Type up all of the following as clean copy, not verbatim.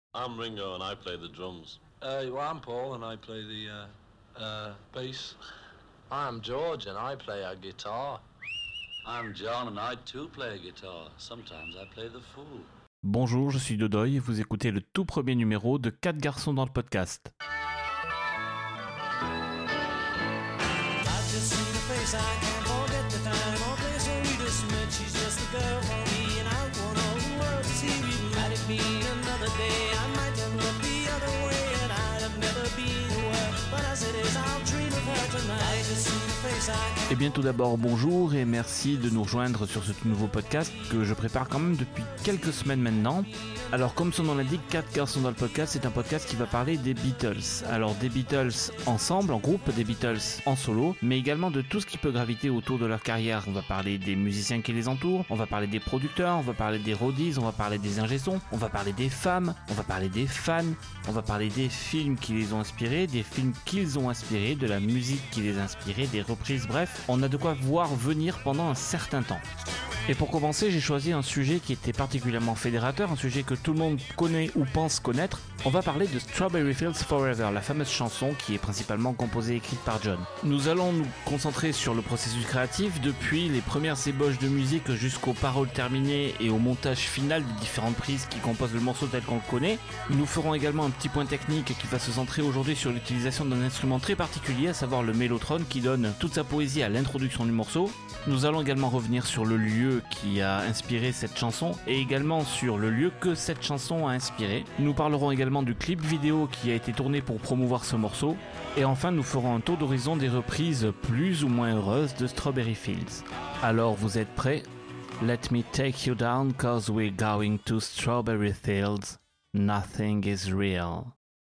I'm Ringo and I play the drums. I'm Paul and I play the bass. I'm George and I play a guitar. I'm John and I too play a guitar. Sometimes I play the fool. Bonjour, je suis Dodoy et vous écoutez le tout premier numéro de 4 garçons dans le podcast. Et bien tout d'abord bonjour et merci de nous rejoindre sur ce tout nouveau podcast que je prépare quand même depuis quelques semaines maintenant. Alors comme son nom l'indique, 4 garçons dans le podcast, c'est un podcast qui va parler des Beatles. Alors des Beatles ensemble, en groupe, des Beatles en solo, mais également de tout ce qui peut graviter autour de leur carrière. On va parler des musiciens qui les entourent, on va parler des producteurs, on va parler des roadies, on va parler des ingé-sons, on va parler des femmes, on va parler des fans, on va parler des films qui les ont inspirés, des films qu'ils ont inspirés, de la musique qui les a inspirés, des reprises, bref, on a de quoi voir venir pendant un certain temps. Et pour commencer, j'ai choisi un sujet qui était particulièrement fédérateur, un sujet que tout le monde connaît ou pense connaître. On va parler de Strawberry Fields Forever, la fameuse chanson qui est principalement composée et écrite par John. Nous allons nous concentrer sur le processus créatif, depuis les premières ébauches de musique jusqu'aux paroles terminées et au montage final des différentes prises qui composent le morceau tel qu'on le connaît. Nous ferons également un petit point technique qui va se centrer aujourd'hui sur l'utilisation d'un instrument très particulier, à savoir le mélotron qui donne toute sa poésie à l'introduction du morceau. Nous allons également revenir sur le lieu qui a inspiré cette chanson et également sur le lieu que cette chanson a inspiré. Nous parlerons également du clip vidéo qui a été tourné pour promouvoir ce morceau. Et enfin, nous ferons un tour d'horizon des reprises plus ou moins heureuses de Strawberry Fields. Alors, vous êtes prêts? Let me take you down cause we're going to Strawberry Fields. Nothing is real.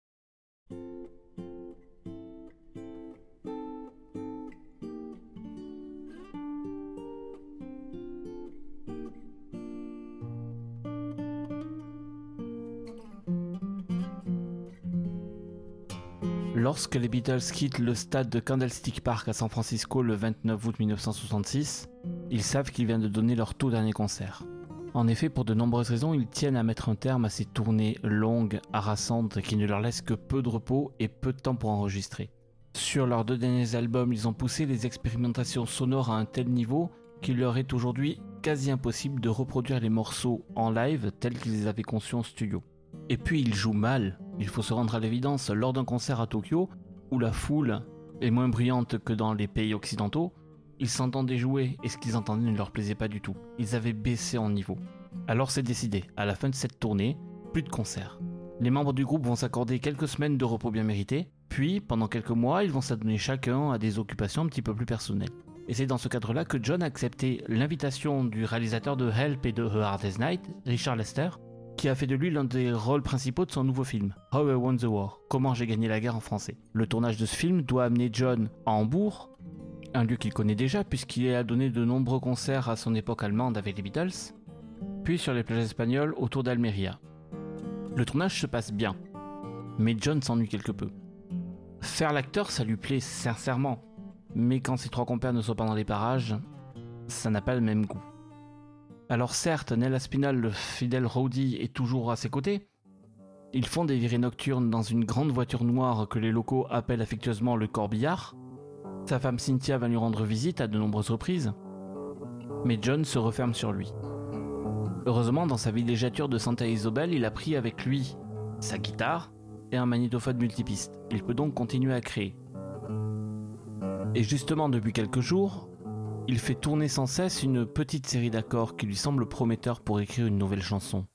Lorsque les Beatles quittent le stade de Candlestick Park à San Francisco le 29 août 1966, ils savent qu'ils viennent de donner leur tout dernier concert. En effet, pour de nombreuses raisons, ils tiennent à mettre un terme à ces tournées longues, harassantes, qui ne leur laissent que peu de repos et peu de temps pour enregistrer. Sur leurs 2 derniers albums, ils ont poussé les expérimentations sonores à un tel niveau qu'il leur est aujourd'hui quasi impossible de reproduire les morceaux en live tels qu'ils les avaient conçus en studio. Et puis ils jouent mal, il faut se rendre à l'évidence, lors d'un concert à Tokyo, où la foule est moins bruyante que dans les pays occidentaux, ils s'entendaient jouer et ce qu'ils entendaient ne leur plaisait pas du tout. Ils avaient baissé en niveau. Alors c'est décidé, à la fin de cette tournée, plus de concerts. Les membres du groupe vont s'accorder quelques semaines de repos bien mérités, puis pendant quelques mois, ils vont s'adonner chacun à des occupations un petit peu plus personnelles. Et c'est dans ce cadre-là que John a accepté l'invitation du réalisateur de Help et de A Hard Night, Richard Lester, qui a fait de lui l'un des rôles principaux de son nouveau film, How I Won the War, Comment j'ai gagné la guerre en français. Le tournage de ce film doit amener John à Hambourg, un lieu qu'il connaît déjà puisqu'il a donné de nombreux concerts à son époque allemande avec les Beatles, puis sur les plages espagnoles autour d'Almeria. Le tournage se passe bien, mais John s'ennuie quelque peu. Faire l'acteur, ça lui plaît sincèrement, mais quand ses 3 compères ne sont pas dans les parages, ça n'a pas le même goût. Alors certes, Neil Aspinall, le fidèle roadie, est toujours à ses côtés. Ils font des virées nocturnes dans une grande voiture noire que les locaux appellent affectueusement le corbillard. Sa femme Cynthia va lui rendre visite à de nombreuses reprises. Mais John se referme sur lui. Heureusement, dans sa villégiature de Santa Isabel, il a pris avec lui sa guitare et un magnétophone multipiste. Il peut donc continuer à créer. Et justement, depuis quelques jours, il fait tourner sans cesse une petite série d'accords qui lui semble prometteur pour écrire une nouvelle chanson.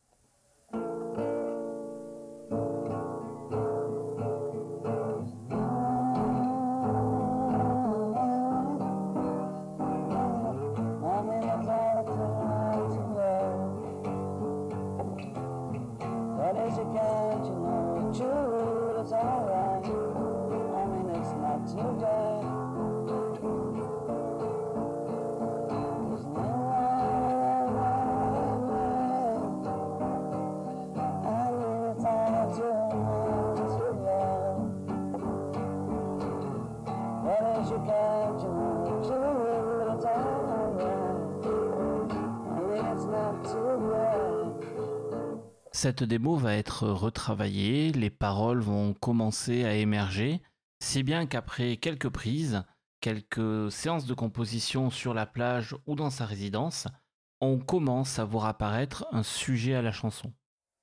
Cette démo va être retravaillée, les paroles vont commencer à émerger, si bien qu'après quelques prises, quelques séances de composition sur la plage ou dans sa résidence, on commence à voir apparaître un sujet à la chanson.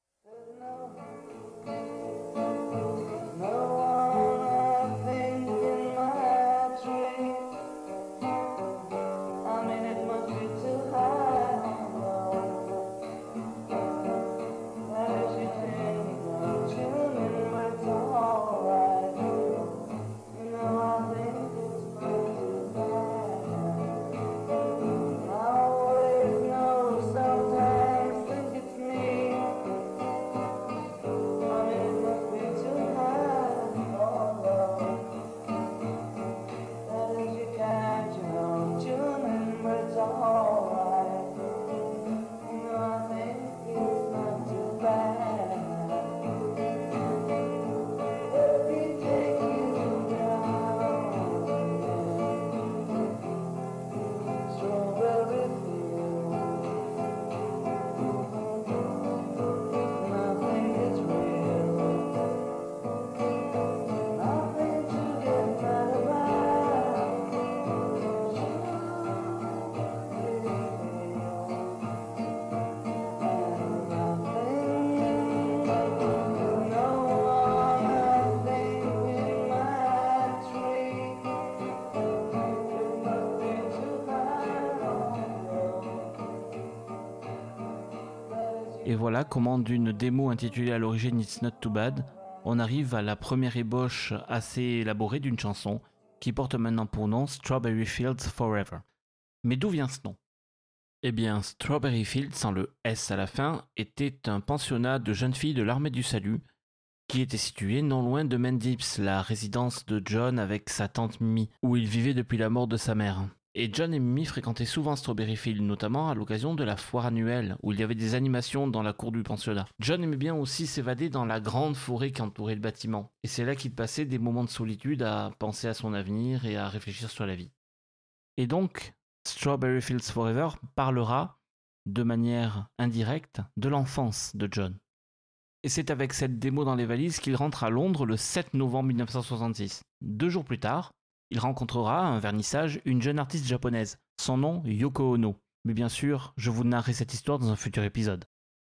Et voilà comment d'une démo intitulée à l'origine It's Not Too Bad, on arrive à la première ébauche assez élaborée d'une chanson qui porte maintenant pour nom Strawberry Fields Forever. Mais d'où vient ce nom ? Eh bien, Strawberry Fields, sans le S à la fin, était un pensionnat de jeunes filles de l'armée du salut qui était situé non loin de Mendips, la résidence de John avec sa tante Mimi, où il vivait depuis la mort de sa mère. Et John et Mimi fréquentaient souvent Strawberry Fields, notamment à l'occasion de la foire annuelle, où il y avait des animations dans la cour du pensionnat. John aimait bien aussi s'évader dans la grande forêt qui entourait le bâtiment, et c'est là qu'il passait des moments de solitude à penser à son avenir et à réfléchir sur la vie. Et donc, Strawberry Fields Forever parlera, de manière indirecte, de l'enfance de John. Et c'est avec cette démo dans les valises qu'il rentre à Londres le 7 novembre 1966. 2 jours plus tard, il rencontrera à un vernissage une jeune artiste japonaise, son nom Yoko Ono. Mais bien sûr, je vous narrerai cette histoire dans un futur épisode.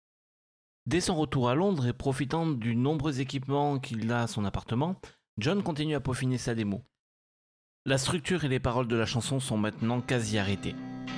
Dès son retour à Londres et profitant du nombreux équipements qu'il a à son appartement, John continue à peaufiner sa démo. La structure et les paroles de la chanson sont maintenant quasi arrêtées.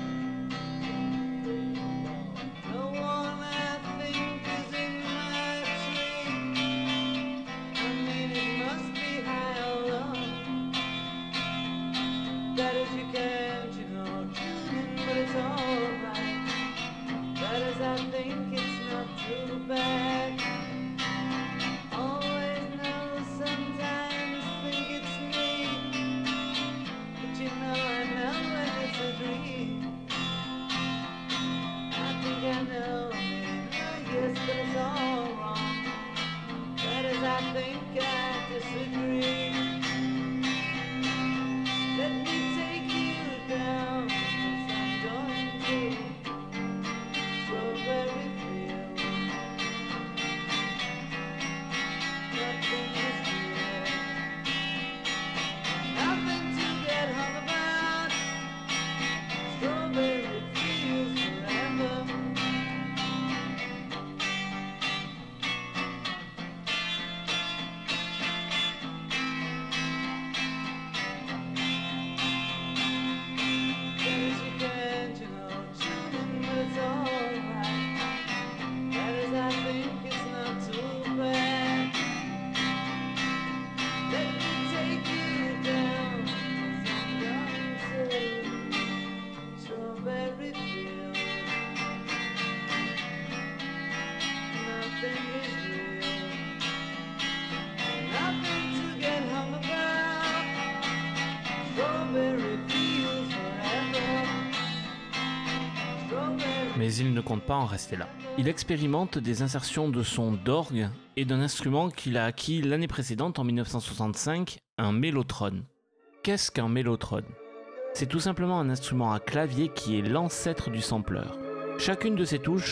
Mais il ne compte pas en rester là. Il expérimente des insertions de sons d'orgue et d'un instrument qu'il a acquis l'année précédente en 1965, un mélotron. Qu'est-ce qu'un mélotron ? C'est tout simplement un instrument à clavier qui est l'ancêtre du sampler. Chacune de ces touches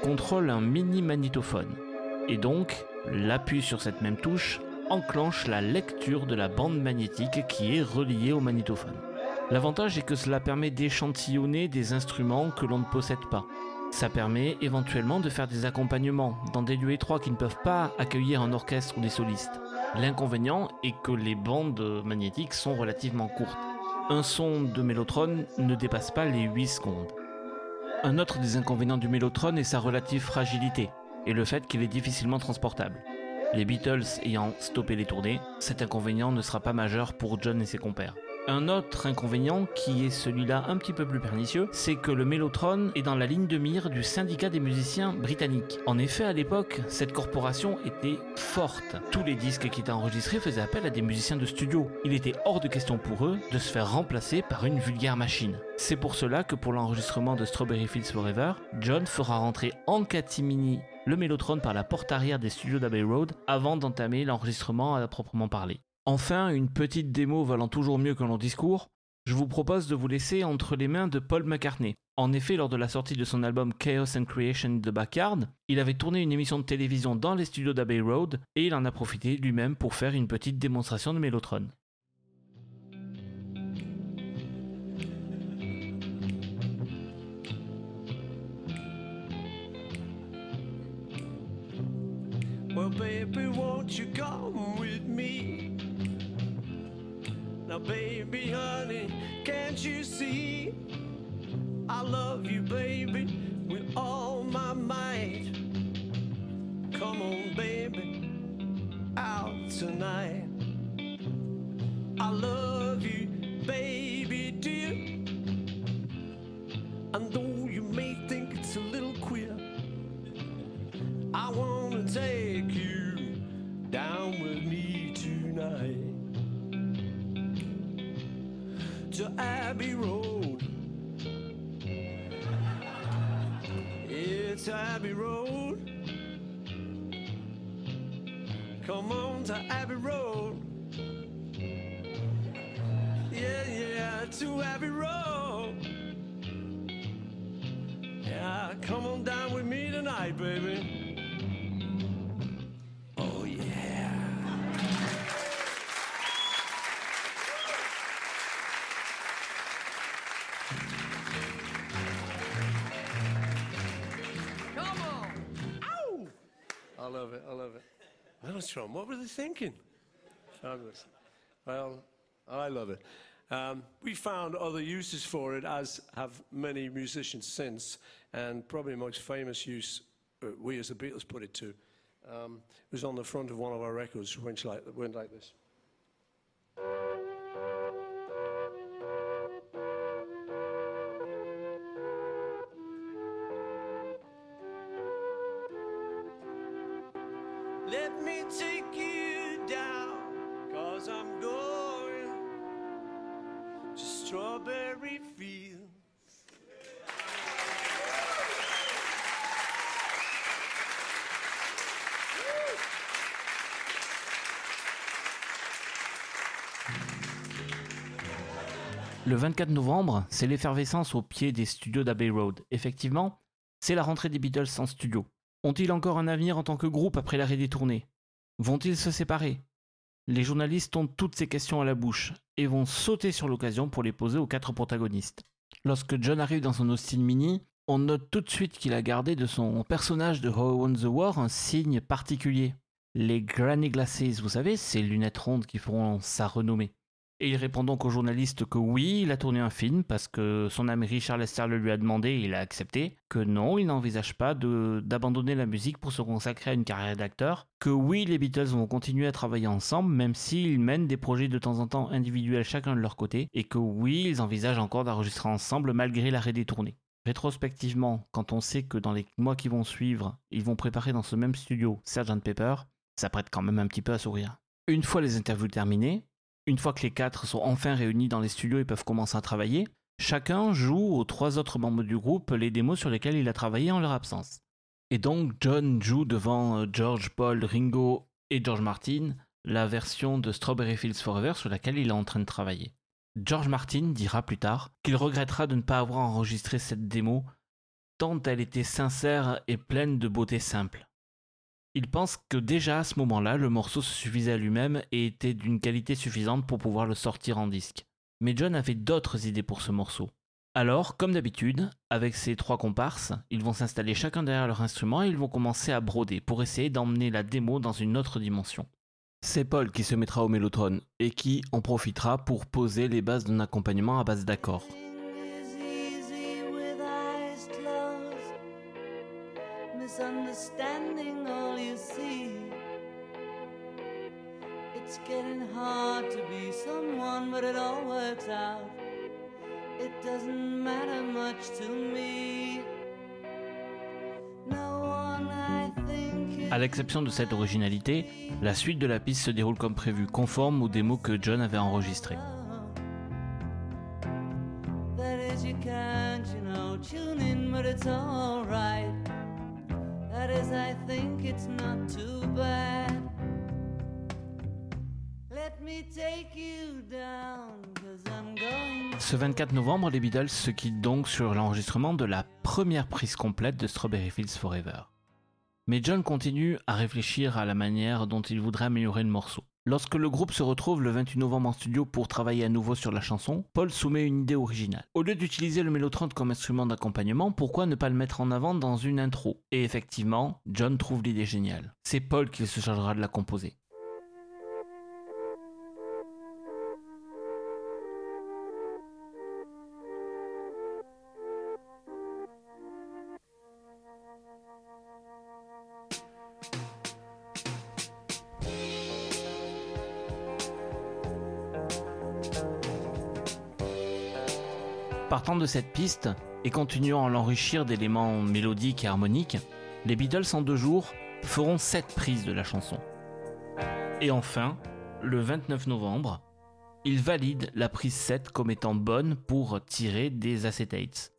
contrôle un mini magnétophone. Et donc, l'appui sur cette même touche enclenche la lecture de la bande magnétique qui est reliée au magnétophone. L'avantage est que cela permet d'échantillonner des instruments que l'on ne possède pas. Ça permet éventuellement de faire des accompagnements dans des lieux étroits qui ne peuvent pas accueillir un orchestre ou des solistes. L'inconvénient est que les bandes magnétiques sont relativement courtes. Un son de Mellotron ne dépasse pas les 8 secondes. Un autre des inconvénients du Mellotron est sa relative fragilité et le fait qu'il est difficilement transportable. Les Beatles ayant stoppé les tournées, cet inconvénient ne sera pas majeur pour John et ses compères. Un autre inconvénient, qui est celui-là un petit peu plus pernicieux, c'est que le Mellotron est dans la ligne de mire du syndicat des musiciens britanniques. En effet, à l'époque, cette corporation était forte. Tous les disques qui étaient enregistrés faisaient appel à des musiciens de studio. Il était hors de question pour eux de se faire remplacer par une vulgaire machine. C'est pour cela que pour l'enregistrement de Strawberry Fields Forever, John fera rentrer en catimini le Mellotron par la porte arrière des studios d'Abbey Road avant d'entamer l'enregistrement à proprement parler. Enfin, une petite démo valant toujours mieux que long discours, je vous propose de vous laisser entre les mains de Paul McCartney. En effet, lors de la sortie de son album Chaos and Creation in the Backyard, il avait tourné une émission de télévision dans les studios d'Abbey Road et il en a profité lui-même pour faire une petite démonstration de Mellotron. Well, baby, won't you come with me? Now, baby, honey, can't you see? I love you, baby, with all my might. Come on, baby, out tonight. I love you, baby, dear. And though you may think it's a little queer, I wanna take you down with me tonight to Abbey Road. It's Abbey Road. Come on to Abbey Road. Yeah, yeah, to Abbey Road. Yeah, come on down with me tonight, baby. Oh, yeah. Come on. Ow! I love it, I love it. Mellotron, what were they thinking? Fabulous. Well, I love it. We found other uses for it, as have many musicians since, and probably the most famous use we as the Beatles put it to was on the front of one of our records, which went like this. Let me take you down, 'cause I'm going to Strawberry Fields. Le 24 novembre, c'est l'effervescence au pied des studios d'Abbey Road. Effectivement, c'est la rentrée des Beatles en studio. Ont-ils encore un avenir en tant que groupe après l'arrêt des tournées? Vont-ils se séparer? Les journalistes ont toutes ces questions à la bouche et vont sauter sur l'occasion pour les poser aux 4 protagonistes. Lorsque John arrive dans son Austin Mini, on note tout de suite qu'il a gardé de son personnage de Who Won the War un signe particulier. Les Granny Glasses, vous savez, ces lunettes rondes qui feront sa renommée. Et il répond donc aux journalistes que oui, il a tourné un film parce que son ami Richard Lester le lui a demandé et il a accepté, que non, il n'envisage pas d'abandonner la musique pour se consacrer à une carrière d'acteur, que oui, les Beatles vont continuer à travailler ensemble même s'ils mènent des projets de temps en temps individuels chacun de leur côté, et que oui, ils envisagent encore d'enregistrer ensemble malgré l'arrêt des tournées. Rétrospectivement, quand on sait que dans les mois qui vont suivre, ils vont préparer dans ce même studio Sgt Pepper, ça prête quand même un petit peu à sourire. Une fois les interviews terminées, une fois que les 4 sont enfin réunis dans les studios et peuvent commencer à travailler, chacun joue aux 3 autres membres du groupe les démos sur lesquelles il a travaillé en leur absence. Et donc John joue devant George, Paul, Ringo et George Martin la version de Strawberry Fields Forever sur laquelle il est en train de travailler. George Martin dira plus tard qu'il regrettera de ne pas avoir enregistré cette démo tant elle était sincère et pleine de beauté simple. Il pense que déjà à ce moment-là, le morceau se suffisait à lui-même et était d'une qualité suffisante pour pouvoir le sortir en disque. Mais John avait d'autres idées pour ce morceau. Alors, comme d'habitude, avec ses 3 comparses, ils vont s'installer chacun derrière leur instrument et ils vont commencer à broder pour essayer d'emmener la démo dans une autre dimension. C'est Paul qui se mettra au mélotron et qui en profitera pour poser les bases d'un accompagnement à base d'accords. Misunderstanding all you see. It's getting hard to be someone, but it all works out. It doesn't matter much to me. No one I think. À l'exception de cette originalité, la suite de la piste se déroule comme prévu, conforme aux démos que John avait enregistrées. That is, you can't, tune in, but it's alright. That is, I think it's not too bad. Let me take you down, 'cause I'm going. Ce 24 novembre, les Beatles se quittent donc sur l'enregistrement de la première prise complète de Strawberry Fields Forever. Mais John continue à réfléchir à la manière dont il voudrait améliorer le morceau. Lorsque le groupe se retrouve le 28 novembre en studio pour travailler à nouveau sur la chanson, Paul soumet une idée originale. Au lieu d'utiliser le mélotron comme instrument d'accompagnement, pourquoi ne pas le mettre en avant dans une intro ? Et effectivement, John trouve l'idée géniale. C'est Paul qui se chargera de la composer. Partant de cette piste et continuant à l'enrichir d'éléments mélodiques et harmoniques, les Beatles en 2 jours feront 7 prises de la chanson. Et enfin, le 29 novembre, ils valident la prise 7 comme étant bonne pour tirer des acetates.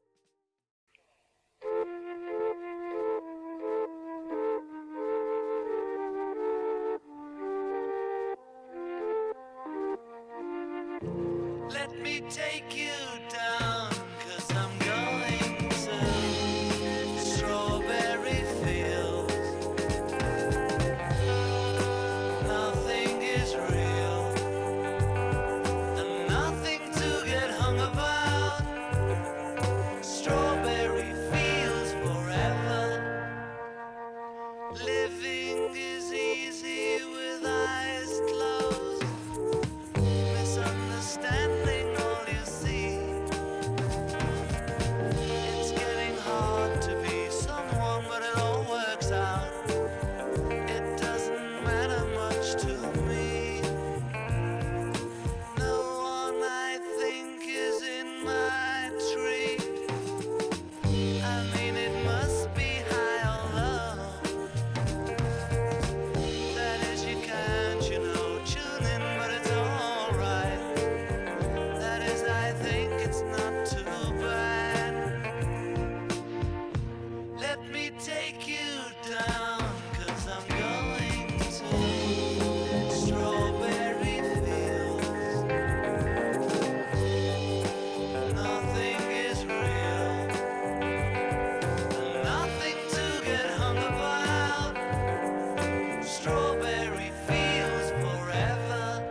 Let me take you down, 'cause I'm going to Strawberry Fields. Nothing is real, and nothing to get hung about. Strawberry Fields forever. Living is easy with eyes closed. Misunderstanding all you see. It's getting hard to be someone, but it all works out. It doesn't matter much to me. No one I think is in my tree. I mean, it must be high or low. That is, you can't, tune in, but it's alright. That is, I think it's not too bad. Let me take you down, 'cause I'm going to Strawberry Fields. Nothing is real, and nothing to get hung about. Strawberry Fields forever.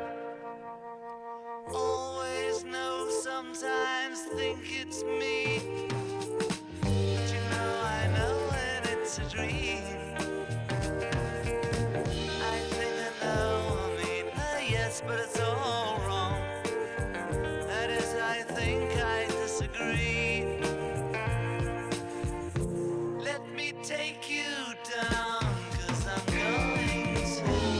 Always know, sometimes think it's me. But I know when it's a dream. I think I know, yes, but it's all wrong. That is, I think I disagree. Let me take you down, 'cause I'm going to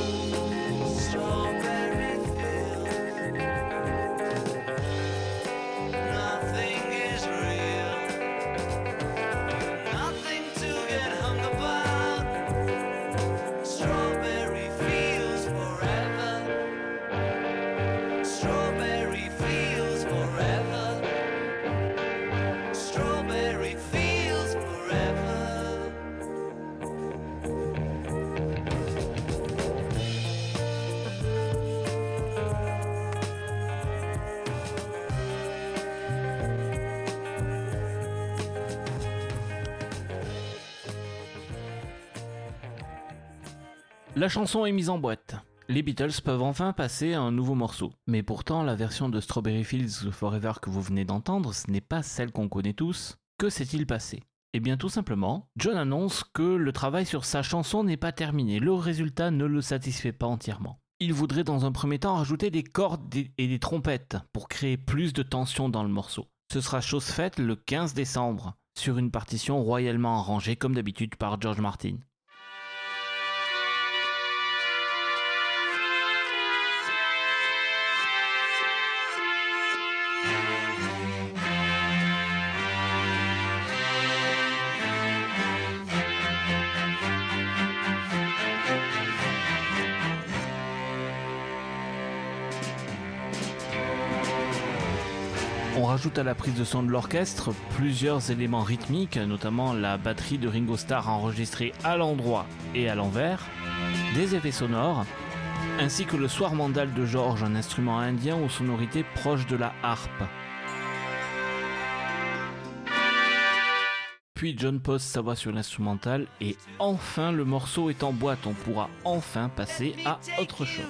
La chanson est mise en boîte. Les Beatles peuvent enfin passer à un nouveau morceau. Mais pourtant, la version de Strawberry Fields Forever que vous venez d'entendre, ce n'est pas celle qu'on connaît tous. Que s'est-il passé ? Eh bien tout simplement, John annonce que le travail sur sa chanson n'est pas terminé. Le résultat ne le satisfait pas entièrement. Il voudrait dans un premier temps rajouter des cordes et des trompettes pour créer plus de tension dans le morceau. Ce sera chose faite le 15 décembre, sur une partition royalement arrangée comme d'habitude par George Martin. On rajoute à la prise de son de l'orchestre plusieurs éléments rythmiques, notamment la batterie de Ringo Starr enregistrée à l'endroit et à l'envers, des effets sonores, ainsi que le swarmandal de George, un instrument indien aux sonorités proches de la harpe. Puis John pose sa voix sur l'instrumental et enfin le morceau est en boîte, on pourra enfin passer à autre chose.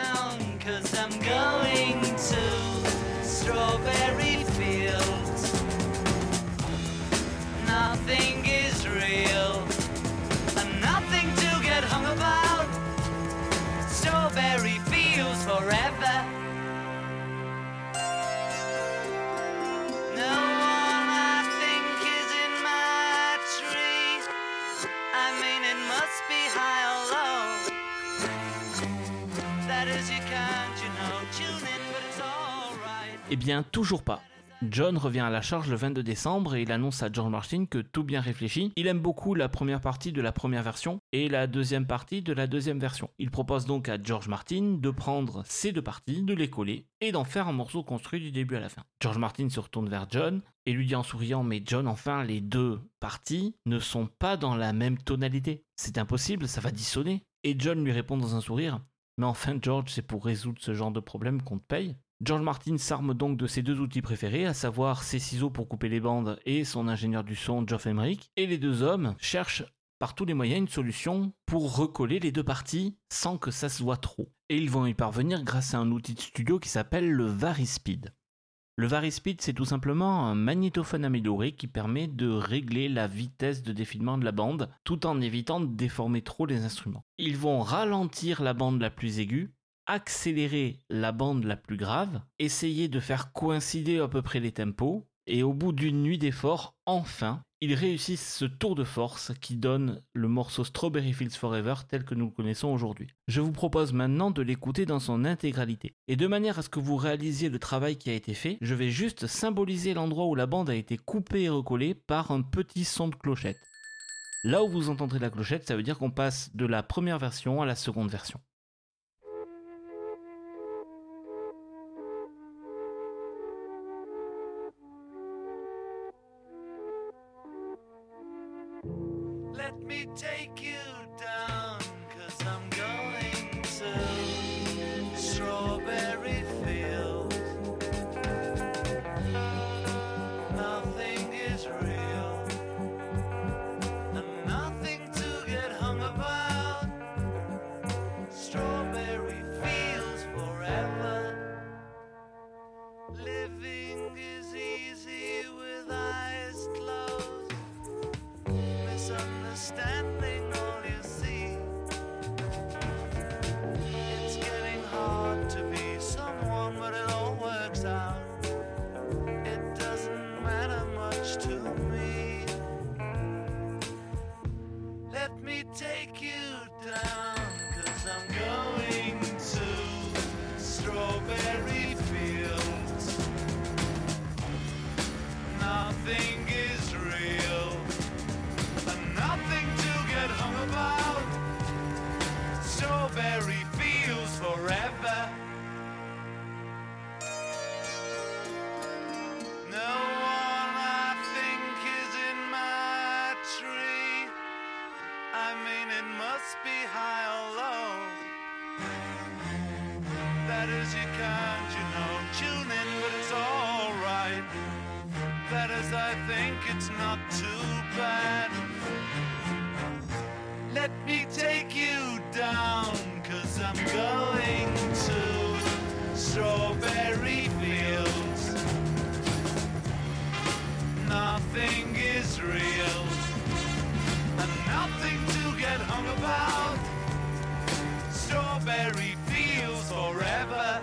Strawberry fields, nothing is real, and nothing to get hung about. Strawberry fields forever. No one I think is in my tree. I mean it must be high or low. That is you can't, you know, tune in, but it's all right. Eh bien, toujours pas. John revient à la charge le 22 décembre et il annonce à George Martin que tout bien réfléchi, il aime beaucoup la première partie de la première version et la deuxième partie de la deuxième version. Il propose donc à George Martin de prendre ces deux parties, de les coller et d'en faire un morceau construit du début à la fin. George Martin se retourne vers John et lui dit en souriant « Mais John, enfin, les deux parties ne sont pas dans la même tonalité. C'est impossible, ça va dissonner. » Et John lui répond dans un sourire « Mais enfin, George, c'est pour résoudre ce genre de problème qu'on te paye. » George Martin s'arme donc de ses deux outils préférés, à savoir ses ciseaux pour couper les bandes et son ingénieur du son Geoff Emerick, et les deux hommes cherchent par tous les moyens une solution pour recoller les deux parties sans que ça se voit trop. Et ils vont y parvenir grâce à un outil de studio qui s'appelle le Varispeed. Le Varispeed, c'est tout simplement un magnétophone amélioré qui permet de régler la vitesse de défilement de la bande tout en évitant de déformer trop les instruments. Ils vont ralentir la bande la plus aiguë, accélérer la bande la plus grave, essayer de faire coïncider à peu près les tempos, et au bout d'une nuit d'efforts, enfin, ils réussissent ce tour de force qui donne le morceau Strawberry Fields Forever tel que nous le connaissons aujourd'hui. Je vous propose maintenant de l'écouter dans son intégralité. Et de manière à ce que vous réalisiez le travail qui a été fait, je vais juste symboliser l'endroit où la bande a été coupée et recollée par un petit son de clochette. Là où vous entendrez la clochette, ça veut dire qu'on passe de la première version à la seconde version. Let me take you down, 'cause I'm going to Strawberry Fields. Nothing is real, and nothing to get hung about. Strawberry Fields forever. Living is easy with eyes closed. Misunderstanding all you see. It's getting hard to be someone, but it all works out. It doesn't matter much to me. Let me take you down, 'cause I'm going to Strawberry Fields. Nothing is real, and nothing to get hung about. Strawberry Fields forever. No one I think is in my tree. I mean it must be high or low. That is you can't, you know, tune in, but it's all right. That is I think it's not too bad. Let me take you down, I'm going to strawberry fields. Nothing is real and nothing to get hung about. Strawberry fields forever.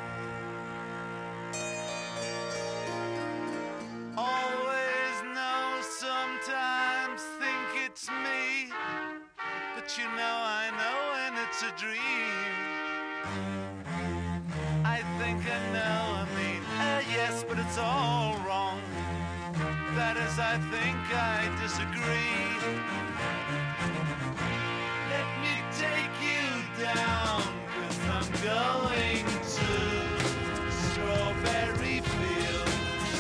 Always know, sometimes think it's me, but you know I know when it's a dream. I think I know, I mean, yes, but it's all wrong. That is, I think I disagree. Let me take you down, 'cause I'm going to strawberry fields.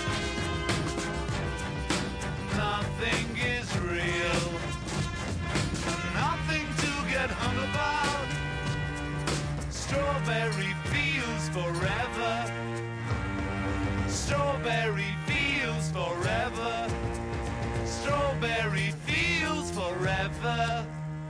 Nothing is real, nothing to get hung about. Strawberry fields forever. Strawberry fields forever. Strawberry fields forever.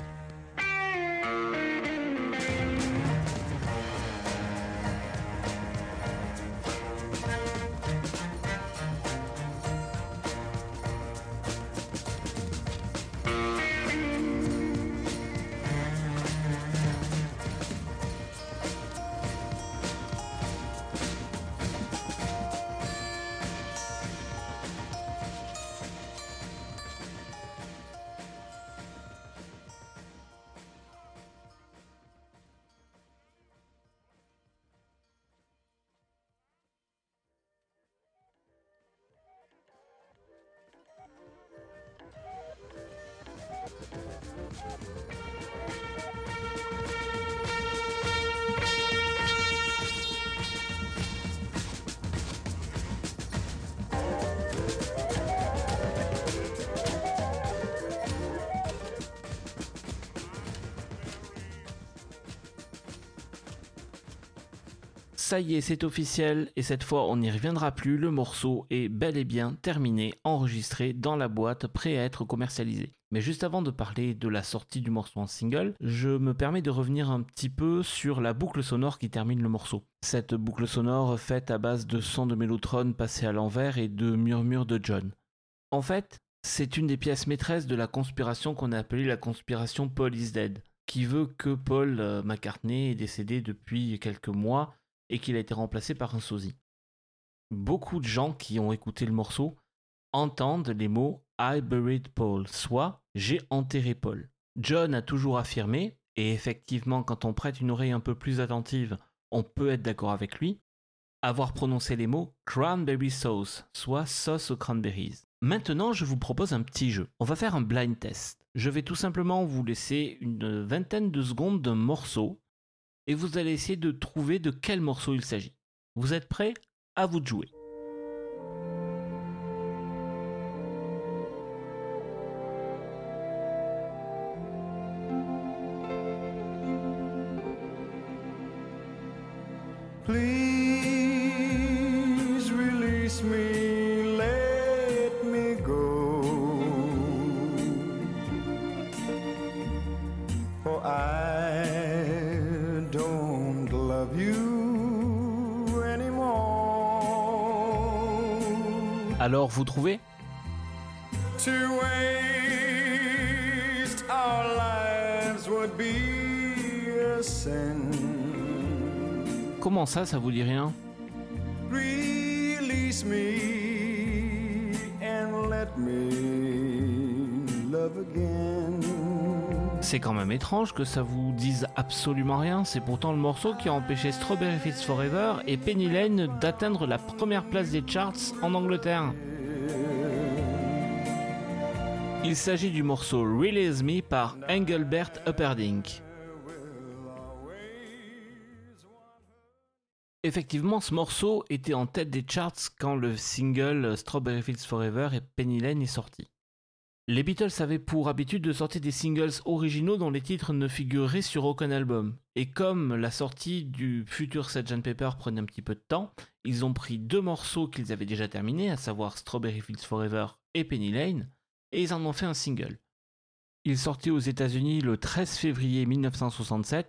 Ça y est, c'est officiel, et cette fois on n'y reviendra plus, le morceau est bel et bien terminé, enregistré dans la boîte, prêt à être commercialisé. Mais juste avant de parler de la sortie du morceau en single, je me permets de revenir un petit peu sur la boucle sonore qui termine le morceau. Cette boucle sonore faite à base de sons de Mellotron passés à l'envers et de murmures de John. En fait, c'est une des pièces maîtresses de la conspiration qu'on a appelée la conspiration Paul is Dead, qui veut que Paul McCartney est décédé depuis quelques mois et qu'il a été remplacé par un sosie. Beaucoup de gens qui ont écouté le morceau entendent les mots « I buried Paul », soit « j'ai enterré Paul ». John a toujours affirmé, et effectivement quand on prête une oreille un peu plus attentive, on peut être d'accord avec lui, avoir prononcé les mots « cranberry sauce », soit « sauce aux cranberries ». Maintenant, je vous propose un petit jeu. On va faire un blind test. Je vais tout simplement vous laisser une vingtaine de secondes d'un morceau, et vous allez essayer de trouver de quel morceau il s'agit. Vous êtes prêts? À vous de jouer. Please release me, let me go. For I don't love you anymore. Alors, vous trouvez? To waste our lives would be a sin. Comment ça vous dit rien? Release me and let me love again. C'est quand même étrange que ça vous dise absolument rien, c'est pourtant le morceau qui a empêché Strawberry Fields Forever et Penny Lane d'atteindre la première place des charts en Angleterre. Il s'agit du morceau Release Me par Engelbert Humperdinck. Effectivement, ce morceau était en tête des charts quand le single Strawberry Fields Forever et Penny Lane est sorti. Les Beatles avaient pour habitude de sortir des singles originaux dont les titres ne figuraient sur aucun album. Et comme la sortie du futur Sgt. Pepper prenait un petit peu de temps, ils ont pris deux morceaux qu'ils avaient déjà terminés, à savoir Strawberry Fields Forever et Penny Lane, et ils en ont fait un single. Il sortit aux États-Unis le 13 février 1967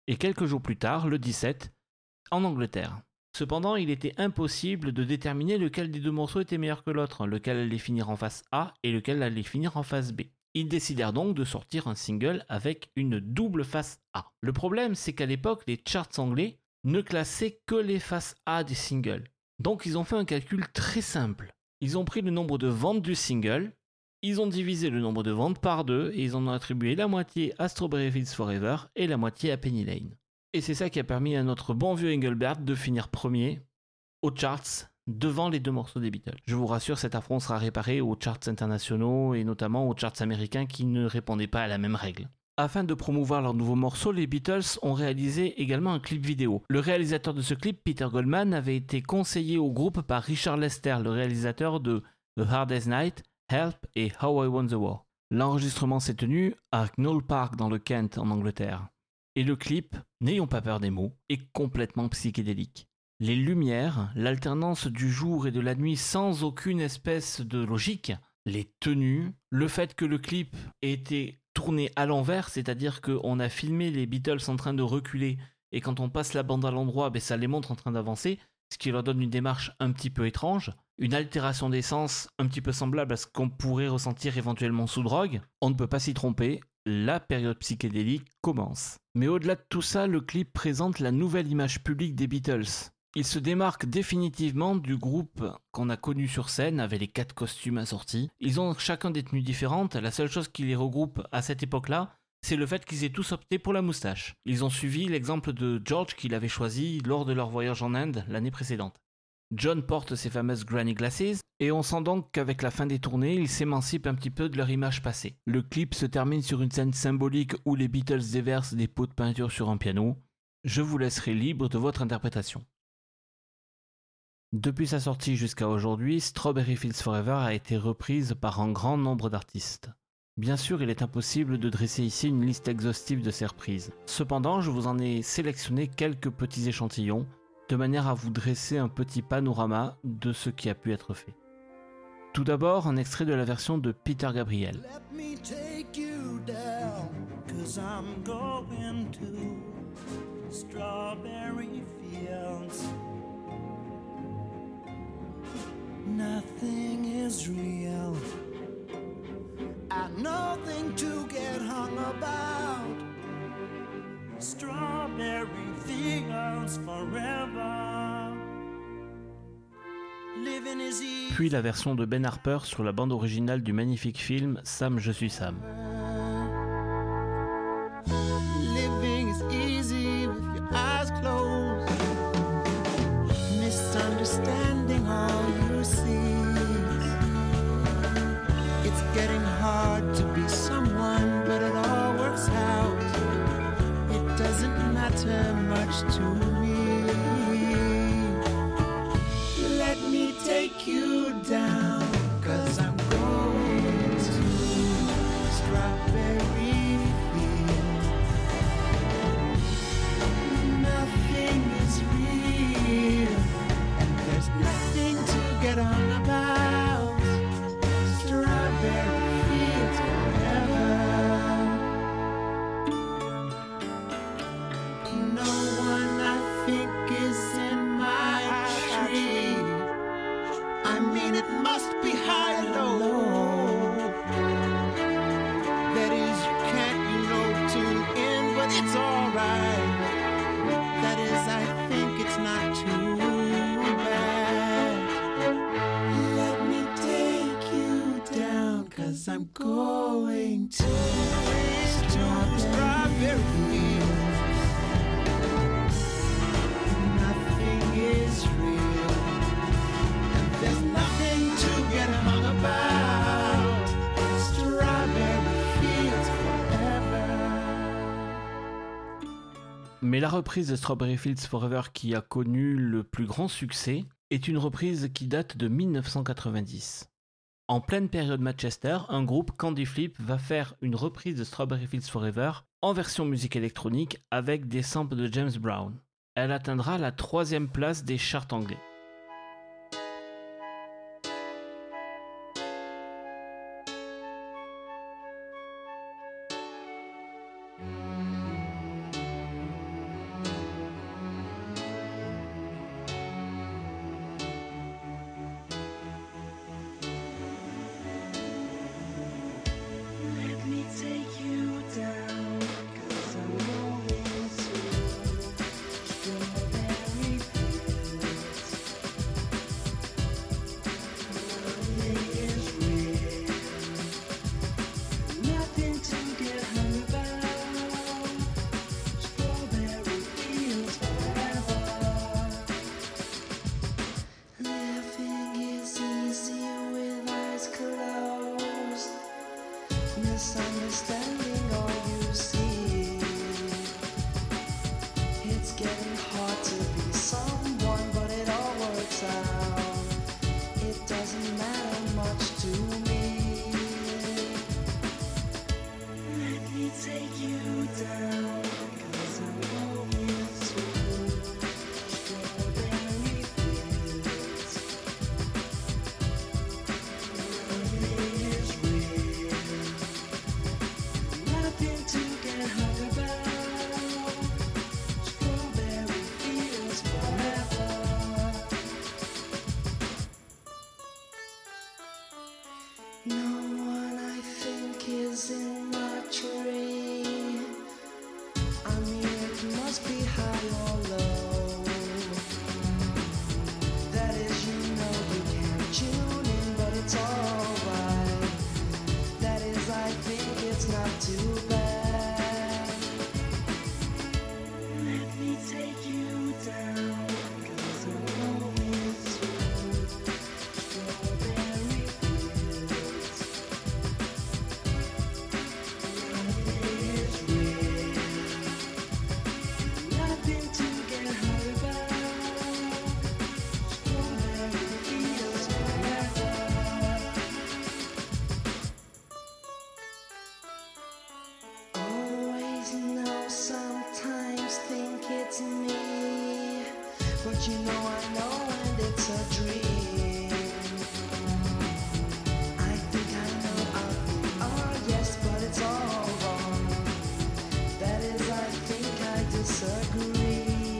et quelques jours plus tard, le 17, en Angleterre. Cependant, il était impossible de déterminer lequel des deux morceaux était meilleur que l'autre, lequel allait finir en face A et lequel allait finir en face B. Ils décidèrent donc de sortir un single avec une double face A. Le problème, c'est qu'à l'époque, les charts anglais ne classaient que les faces A des singles. Donc ils ont fait un calcul très simple. Ils ont pris le nombre de ventes du single, ils ont divisé le nombre de ventes par 2 et ils en ont attribué la moitié à Strawberry Fields Forever et la moitié à Penny Lane. Et c'est ça qui a permis à notre bon vieux Engelbert de finir premier aux charts devant les deux morceaux des Beatles. Je vous rassure, cet affront sera réparé aux charts internationaux et notamment aux charts américains qui ne répondaient pas à la même règle. Afin de promouvoir leur nouveau morceau, les Beatles ont réalisé également un clip vidéo. Le réalisateur de ce clip, Peter Goldman, avait été conseillé au groupe par Richard Lester, le réalisateur de The Hardest Night, Help et How I Won the War. L'enregistrement s'est tenu à Knowle Park dans le Kent en Angleterre. Et le clip, n'ayons pas peur des mots, est complètement psychédélique. Les lumières, l'alternance du jour et de la nuit sans aucune espèce de logique, les tenues, le fait que le clip ait été tourné à l'envers, c'est-à-dire qu'on a filmé les Beatles en train de reculer et quand on passe la bande à l'endroit, ça les montre en train d'avancer, ce qui leur donne une démarche un petit peu étrange, une altération d'essence un petit peu semblable à ce qu'on pourrait ressentir éventuellement sous drogue. On ne peut pas s'y tromper, la période psychédélique commence. Mais au-delà de tout ça, le clip présente la nouvelle image publique des Beatles. Il se démarque définitivement du groupe qu'on a connu sur scène avec les 4 costumes assortis. Ils ont chacun des tenues différentes, la seule chose qui les regroupe à cette époque-là, c'est le fait qu'ils aient tous opté pour la moustache. Ils ont suivi l'exemple de George qu'il avait choisi lors de leur voyage en Inde l'année précédente. John porte ses fameuses granny glasses, et on sent donc qu'avec la fin des tournées, ils s'émancipent un petit peu de leur image passée. Le clip se termine sur une scène symbolique où les Beatles déversent des pots de peinture sur un piano. Je vous laisserai libre de votre interprétation. Depuis sa sortie jusqu'à aujourd'hui, Strawberry Fields Forever a été reprise par un grand nombre d'artistes. Bien sûr, il est impossible de dresser ici une liste exhaustive de ces reprises. Cependant, je vous en ai sélectionné quelques petits échantillons, de manière à vous dresser un petit panorama de ce qui a pu être fait. Tout d'abord, un extrait de la version de Peter Gabriel. Let me take you down, 'cause I'm going to Strawberry Fields. Nothing is real, and nothing to get hung about. Strawberry Fields forever. Living is easy. Puis la version de Ben Harper sur la bande originale du magnifique film Sam, je suis Sam. Living is easy with your eyes closed. Misunderstanding all you see. It's getting hard to be someone, but it all works out. It doesn't matter much to me. Let me take you down, 'cause I'm going to Strawberry Fields. Nothing is real, and there's nothing to get on about. Strawberry Fields forever. No one I think is in my tree. I mean, it must be high and low. That is, you can't, tune in, but it's alright. That is, I think it's not too bad. Let me take you down, 'cause I'm going to Strawberry Fields. Nothing is real, and there's nothing to get hung about. Strawberry Fields forever. Mais la reprise de Strawberry Fields Forever qui a connu le plus grand succès est une reprise qui date de 1990. En pleine période Manchester, un groupe, Candy Flip, va faire une reprise de Strawberry Fields Forever en version musique électronique avec des samples de James Brown. Elle atteindra la 3e place des charts anglais. getting hard to be someone, but it all works out. It doesn't matter much to me. Let me take you down, 'cause I'm going to strawberry fields. Nothing is real, nothing to get hung about. Strawberry fields forever. No one I think is in my tree. I mean, it must be high or low. That is, you know, you can't tune in, but it's alright. That is, I think it's not too bad. Let me take you down, 'cause I'm going to strawberry fields. Nothing is real, nothing to get hung about. Strawberry fields forever. Always know, sometimes think it's me, but you know I know and it's a dream. I think I know I'll be, oh yes, but it's all wrong. That is, I think I disagree.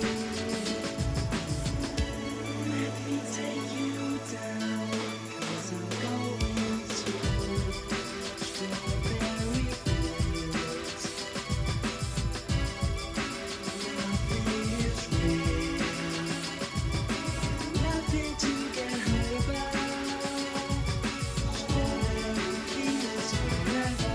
Let me take you down, 'cause I'm going to strawberry fields. Nothing is real, nothing to get hung about. Strawberry fields forever.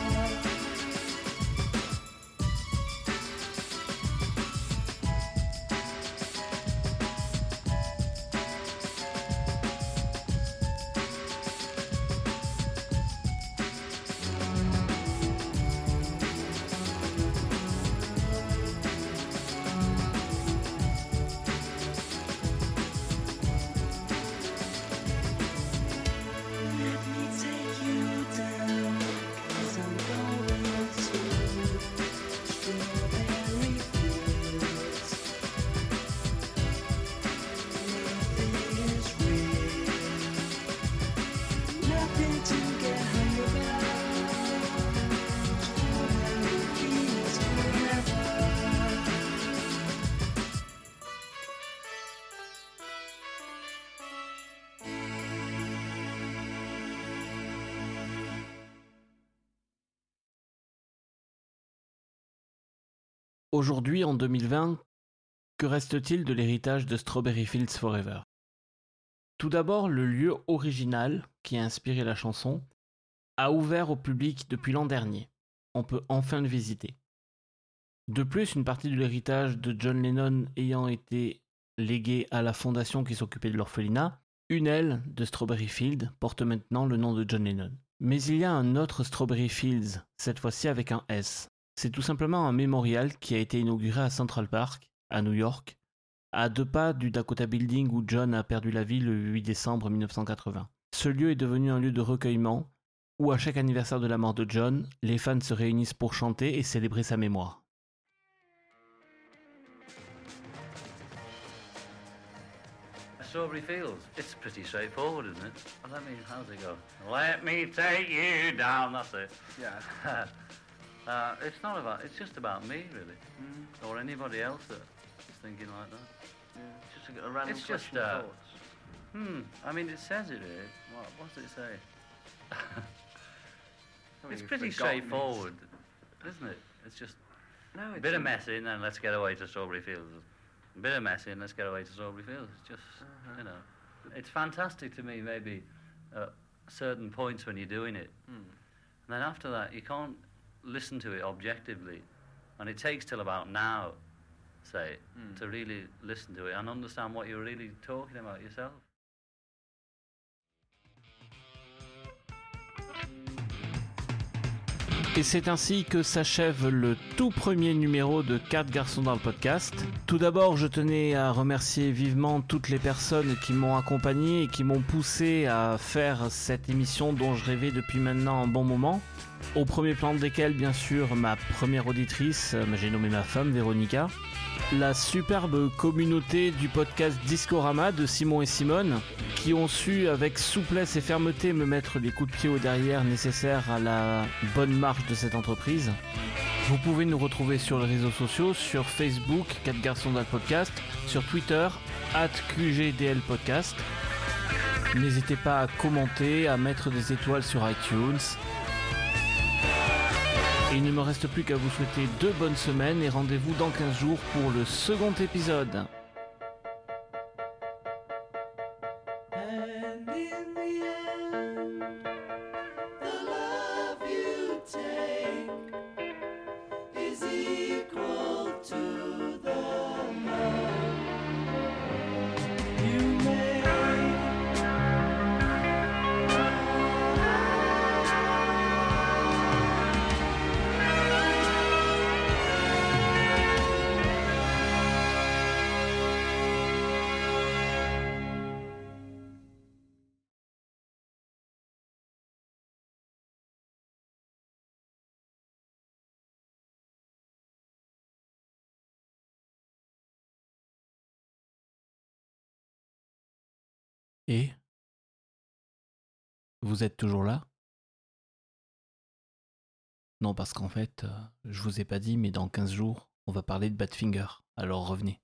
Let me take you down, 'cause I'm going to strawberry fields. Nothing is real, nothing to get hung about. Strawberry fields forever. Aujourd'hui, en 2020, que reste-t-il de l'héritage de Strawberry Fields Forever? Tout d'abord, le lieu original qui a inspiré la chanson a ouvert au public depuis l'an dernier. On peut enfin le visiter. De plus, une partie de l'héritage de John Lennon ayant été léguée à la fondation qui s'occupait de l'orphelinat, une aile de Strawberry Field porte maintenant le nom de John Lennon. Mais il y a un autre Strawberry Fields, cette fois-ci avec un S. C'est tout simplement un mémorial qui a été inauguré à Central Park, à New York, à 2 pas du Dakota Building où John a perdu la vie le 8 décembre 1980. Ce lieu est devenu un lieu de recueillement où à chaque anniversaire de la mort de John, les fans se réunissent pour chanter et célébrer sa mémoire. Strawberry Fields. It's pretty straightforward, isn't it? Well, how's it go? Let me take you down. That's it. Yeah. It's not about. It's just about me, really, or anybody else that's thinking like that. Yeah. Just a random It's question just, of thoughts. I mean, it says it here. What does it say? I mean, It's you've pretty forgotten it. straightforward, isn't it? It's just No, a it's bit of messing and let's get away to Strawberry Fields. A bit of messing, let's get away to Strawberry Fields. It's just, you know, it's fantastic to me. Maybe at certain points when you're doing it, and then after that you can't listen to it objectively, and it takes till about now, say, to really listen to it and understand what you're really talking about yourself. Et c'est ainsi que s'achève le tout premier numéro de 4 garçons dans le podcast. Tout d'abord, je tenais à remercier vivement toutes les personnes qui m'ont accompagné et qui m'ont poussé à faire cette émission dont je rêvais depuis maintenant un bon moment. Au premier plan desquels, bien sûr, ma première auditrice, j'ai nommé ma femme, Véronica. La superbe communauté du podcast Discorama de Simon et Simone, qui ont su avec souplesse et fermeté me mettre les coups de pied au derrière nécessaires à la bonne marche de cette entreprise. Vous pouvez nous retrouver sur les réseaux sociaux, sur Facebook, 4 garçons dans le podcast, sur Twitter, @QGDLpodcast. N'hésitez pas à commenter, à mettre des étoiles sur iTunes. Et il ne me reste plus qu'à vous souhaiter 2 bonnes semaines et rendez-vous dans 15 jours pour le second épisode. And in the end, the love you take is equal to the love you make. Et vous êtes toujours là ? Non, parce qu'en fait, je vous ai pas dit, mais dans 15 jours, on va parler de Badfinger. Alors revenez.